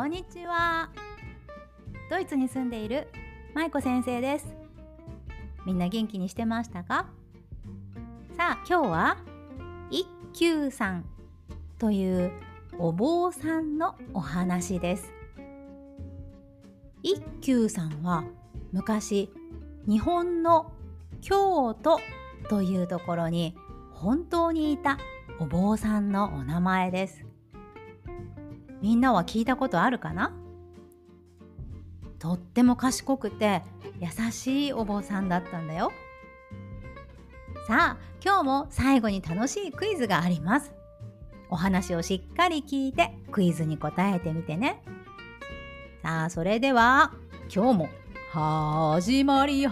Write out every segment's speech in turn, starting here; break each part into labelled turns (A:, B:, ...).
A: こんにちは。ドイツに住んでいる舞子先生です。みんな元気にしてましたか？さあ、今日は一休さんというお坊さんのお話です。一休さんは昔、日本の京都というところに本当にいたお坊さんのお名前です。みんなは聞いたことあるかな？とっても賢くて優しいお坊さんだったんだよ。さあ、今日も最後に楽しいクイズがあります。お話をしっかり聞いてクイズに答えてみてね。さあ、それでは今日も始まり。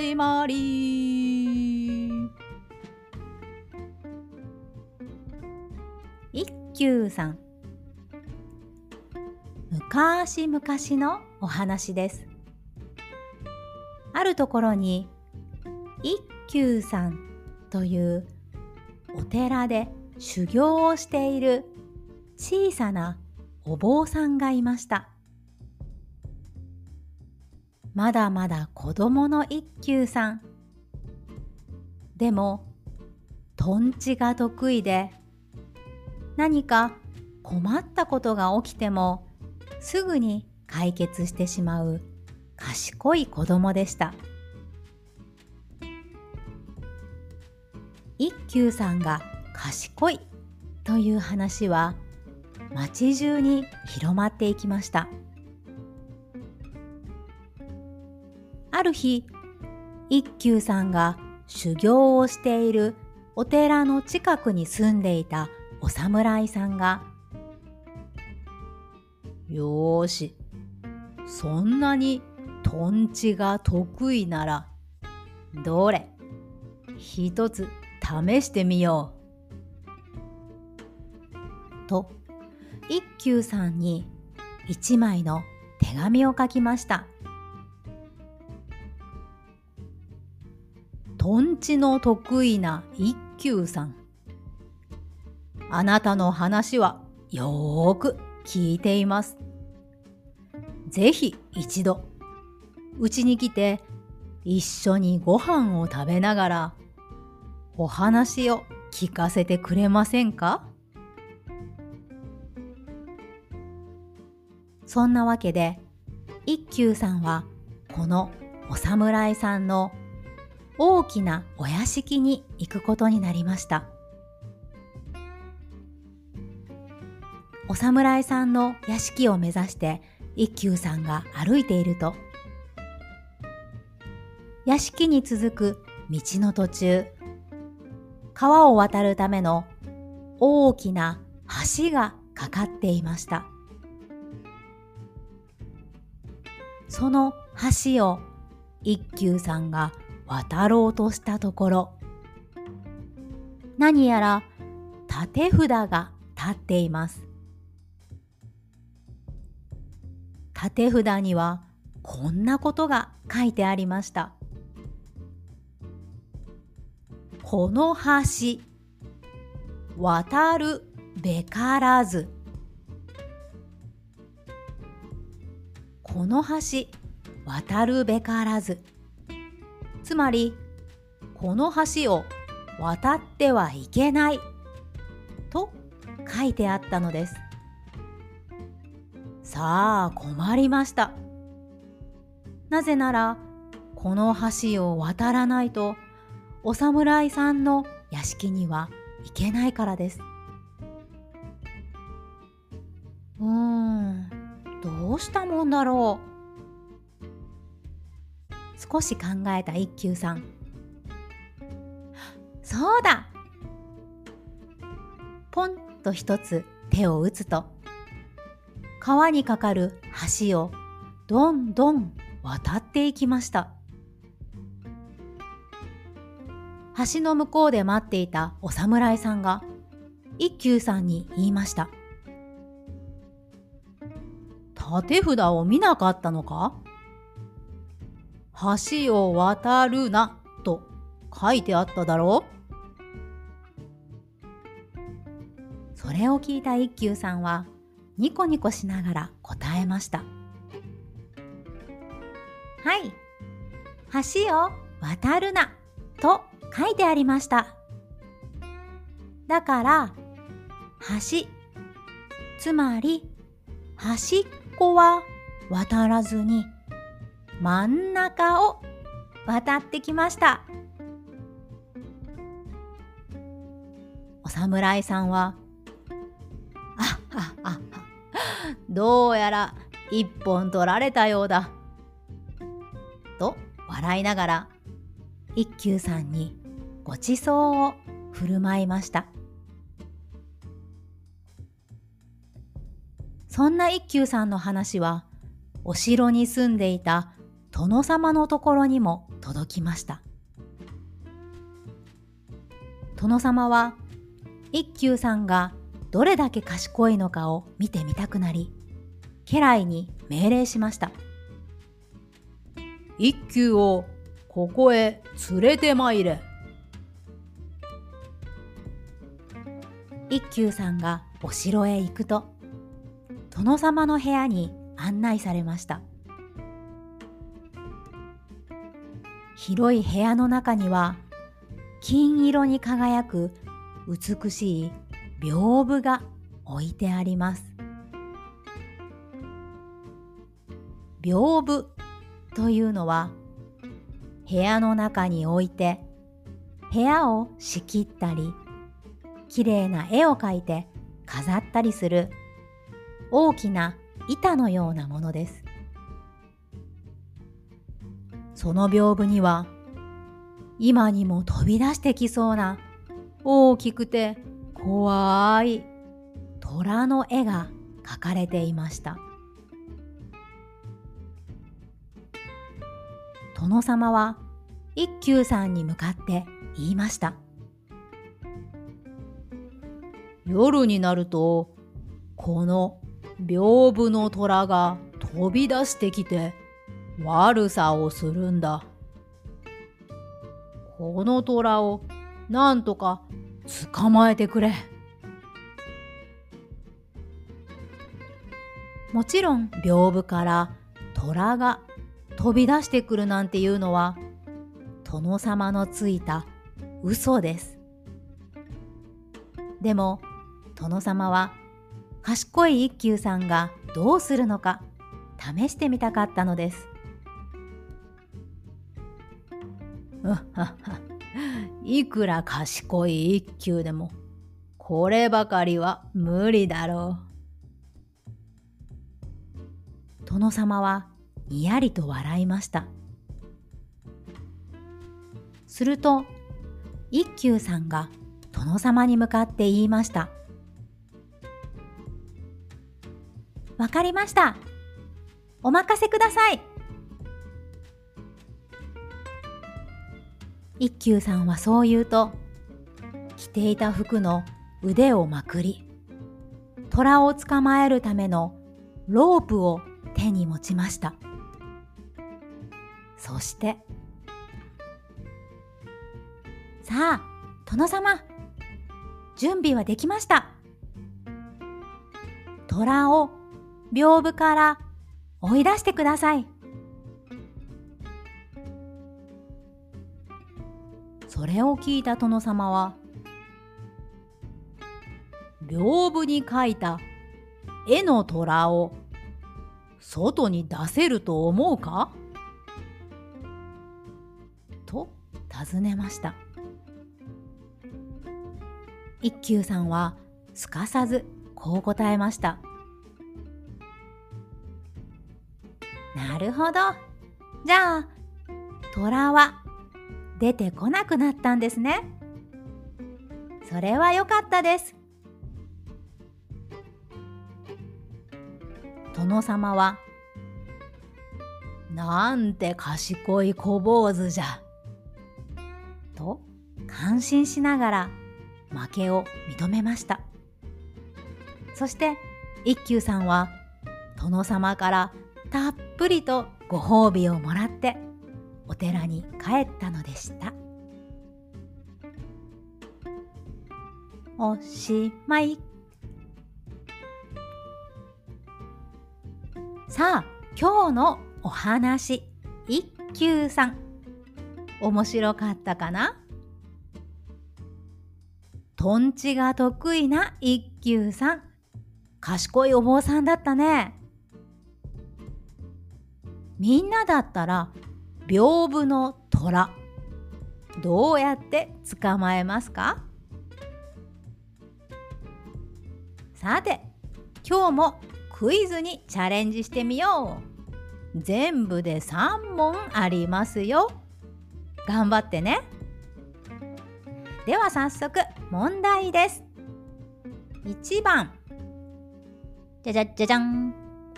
A: 一休さん。昔々のお話です。あるところに一休さんというお寺で修行をしている小さなお坊さんがいました。まだまだ子供の一休さん。でもとんちが得意で、何か困ったことが起きてもすぐに解決してしまう賢い子供でした。一休さんが賢いという話は町中に広まっていきました。ある日、一休さんが修行をしているお寺の近くに住んでいたお侍さんが、よーし、そんなにとんちが得意なら、どれ、一つ試してみよう。と、一休さんに一枚の手紙を書きました。とんちの得意な一休さん。あなたの話はよーく聞いています。ぜひ一度、うちに来て一緒にご飯を食べながらお話を聞かせてくれませんか？そんなわけで、一休さんはこのお侍さんの大きなお屋敷に行くことになりました。お侍さんの屋敷を目指して一休さんが歩いていると、屋敷に続く道の途中、川を渡るための大きな橋がかかっていました。その橋を一休さんが渡ろうとしたところ、何やら立て札が立っています。立て札にはこんなことが書いてありました。この橋、渡るべからず。この橋、渡るべからず。つまり、この橋を渡ってはいけないと書いてあったのです。さあ、困りました。なぜなら、この橋を渡らないとお侍さんの屋敷には行けないからです。どうしたもんだろう。少し考えた一休さん。そうだ！ポンと一つ手を打つと、川にかかる橋をどんどん渡っていきました。橋の向こうで待っていたお侍さんが一休さんに言いました。立て札を見なかったのか？橋を渡るなと書いてあっただろう？それを聞いた一休さんはニコニコしながら答えました。はい、橋を渡るなと書いてありました。だから橋、つまり端っこは渡らずに真ん中を渡ってきました。お侍さんはどうやら一本取られたようだと笑いながら一休さんにごちそうを振る舞いました。そんな一休さんの話はお城に住んでいた殿様のところにも届きました。殿様は一休さんがどれだけ賢いのかを見てみたくなり、家来に命令しました。一休をここへ連れてまいれ。一休さんがお城へ行くと、殿様の部屋に案内されました。広い部屋の中には金色に輝く美しい屏風が置いてあります。屏風というのは部屋の中に置いて部屋を仕切ったり、きれいな絵を描いて飾ったりする大きな板のようなものです。その屏風には今にも飛び出してきそうな大きくて怖い虎の絵が描かれていました。殿様は一休さんに向かって言いました。夜になるとこの屏風の虎が飛び出してきて悪さをするんだ。この虎をなんとか捕まえてくれ。もちろん屏風から虎が飛び出してくるなんていうのは殿様のついた嘘です。でも殿様は賢い一休さんがどうするのか試してみたかったのです。いくら賢い一休でもこればかりは無理だろう。殿様はにやりと笑いました。すると一休さんが殿様に向かって言いました。わかりました。お任せください。一休さんはそう言うと、着ていた服の腕をまくり、虎を捕まえるためのロープを手に持ちました。そして、さあ、殿様、準備はできました。虎を屏風から追い出してください。それを聞いた殿様は、屏風に描いた絵の虎を外に出せると思うかと尋ねました。一休さんはすかさずこう答えました。なるほど。じゃあ、虎は出てこなくなったんですね。それはよかったです。殿様は、なんて賢い小坊主じゃ。と感心しながら負けを認めました。そして一休さんは殿様からたっぷりとご褒美をもらってお寺に帰ったのでした。おしまい。 さあ、今日のお話、一休さん、面白かったかな？とんちが得意な一休さん、賢いお坊さんだったね。みんなだったら屏風の虎、どうやって捕まえますか？さて、今日もクイズにチャレンジしてみよう。全部で3問ありますよ。頑張ってね。では早速問題です。1番、じゃじゃじゃじゃん。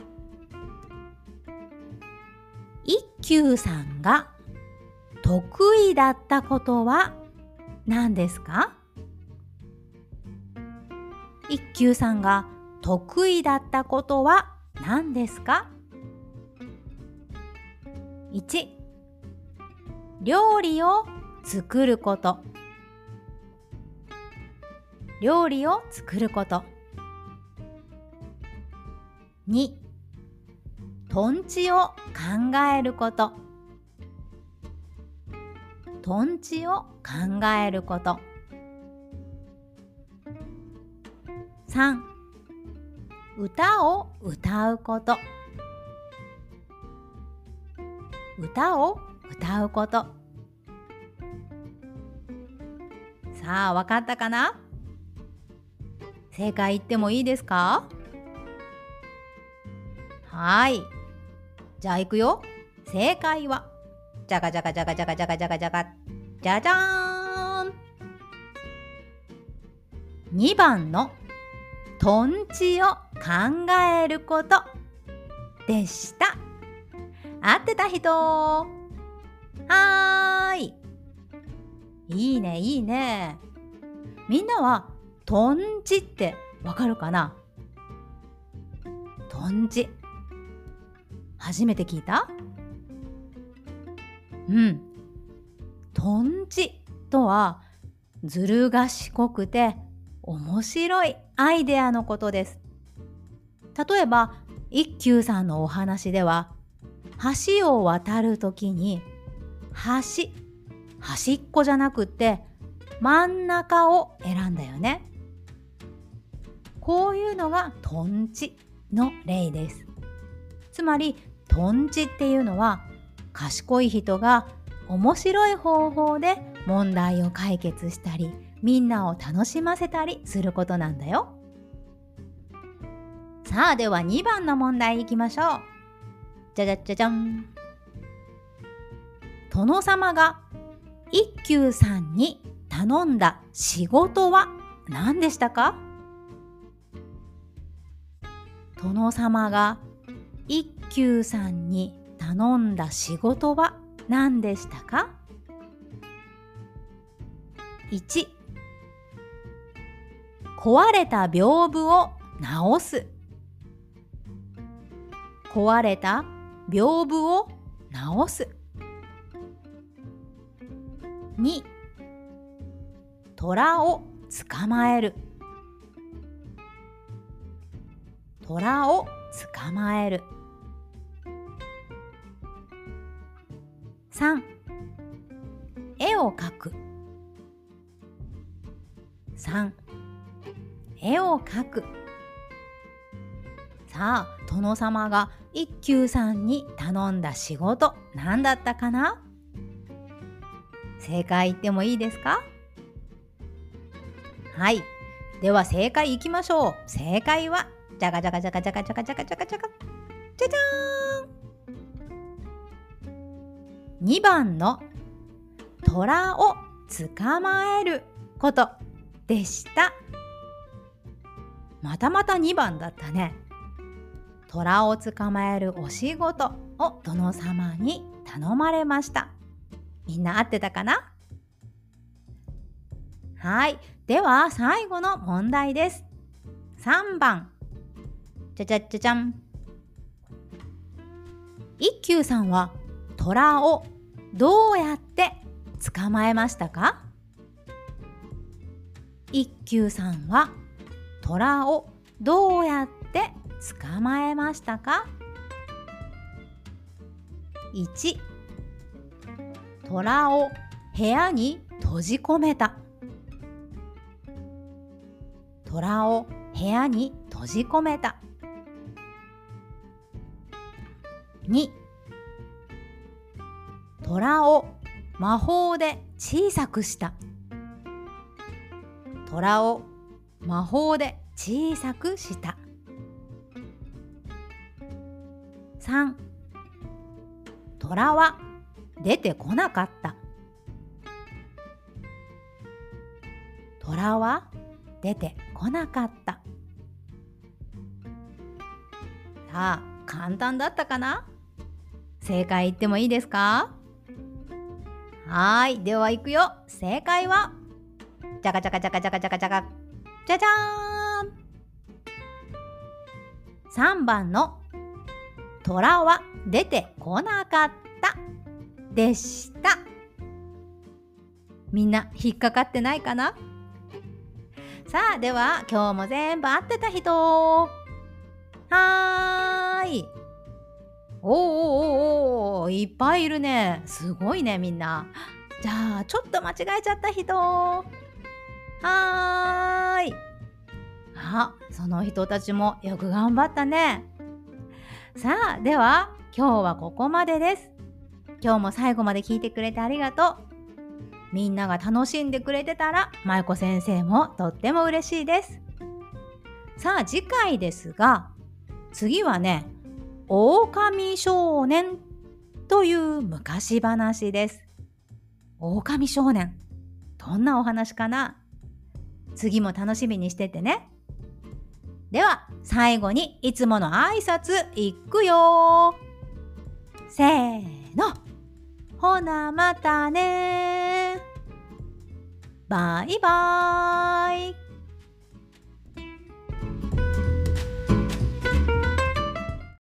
A: 一休さんが得意だったことは何ですか？一休さんが得意だったことは何ですか？ 1、料理を作ること。料理を作ること。2、とんちを考えること。とんちを考えること。3、歌を歌うこと。歌を歌うこと。さあ、わかったかな？正解言ってもいいですか？はい。じゃあ行くよ。正解は、じゃがじゃがじゃがじゃがじゃがじゃがじゃが、じゃじゃーん。2番のとんちを考えることでした。合ってた人？はーい。いいね、いいね。みんなはとんちってわかるかな？とんち。初めて聞いた？とんちとはずる賢くて面白いアイデアのことです。例えば一休さんのお話では、橋を渡るときに端っこじゃなくって真ん中を選んだよね。こういうのがとんちの例です。つまりとんちっていうのは、賢い人が面白い方法で問題を解決したり、みんなを楽しませたりすることなんだよ。さあ、では2番の問題いきましょう。じゃじゃじゃじゃん。殿様が一休さんに頼んだ仕事は何でしたか？殿様が一休さんに頼んだ仕事は何でしたか？ 1、壊れた屏風を直す。壊れた屏風を直す。2、虎を捕まえる。虎を捕まえる。3、絵を描く。3、絵を描く。さあ、殿様が一休さんに頼んだ仕事、何だったかな？正解言ってもいいですか？はい。では正解いきましょう。正解は、じゃがじゃがじゃがじゃがじゃがじゃがじゃがじゃが、じゃじゃーん。2番の虎を捕まえることでした。またまた2番だったね。虎を捕まえるお仕事を殿様に頼まれました。みんな合ってたかな？はい。では最後の問題です。3番。じゃじゃじゃじゃん。一休さんは虎をどうやって捕まえましたか？一休さんは虎をどうやって捕まえましたか？ 1、虎を部屋に閉じ込めた。虎を部屋に閉じ込めた。2、虎を魔法で小さくした。虎を魔法で小さくした。3、虎は出てこなかった。虎は出てこなかった。さあ、簡単だったかな？正解言ってもいいですか？では行くよ。正解はじゃかじゃかじゃかじゃかじゃかじゃかじゃじゃーん、3番の虎は出てこなかったでした。みんな引っかかってないかな？さあ、では今日も全部合ってた人、はーい。おー、いっぱいいるね。すごいね、みんな。じゃあちょっと間違えちゃった人、はーい。その人たちもよく頑張ったね。さあ、では今日はここまでです。今日も最後まで聞いてくれてありがとう。みんなが楽しんでくれてたら、まいこ先生もとっても嬉しいです。さあ、次回ですが、次はね、狼少年という昔話です。狼少年、どんなお話かな？次も楽しみにしててね。では最後にいつもの挨拶いくよ。せーの。ほなまたね。バイバーイ。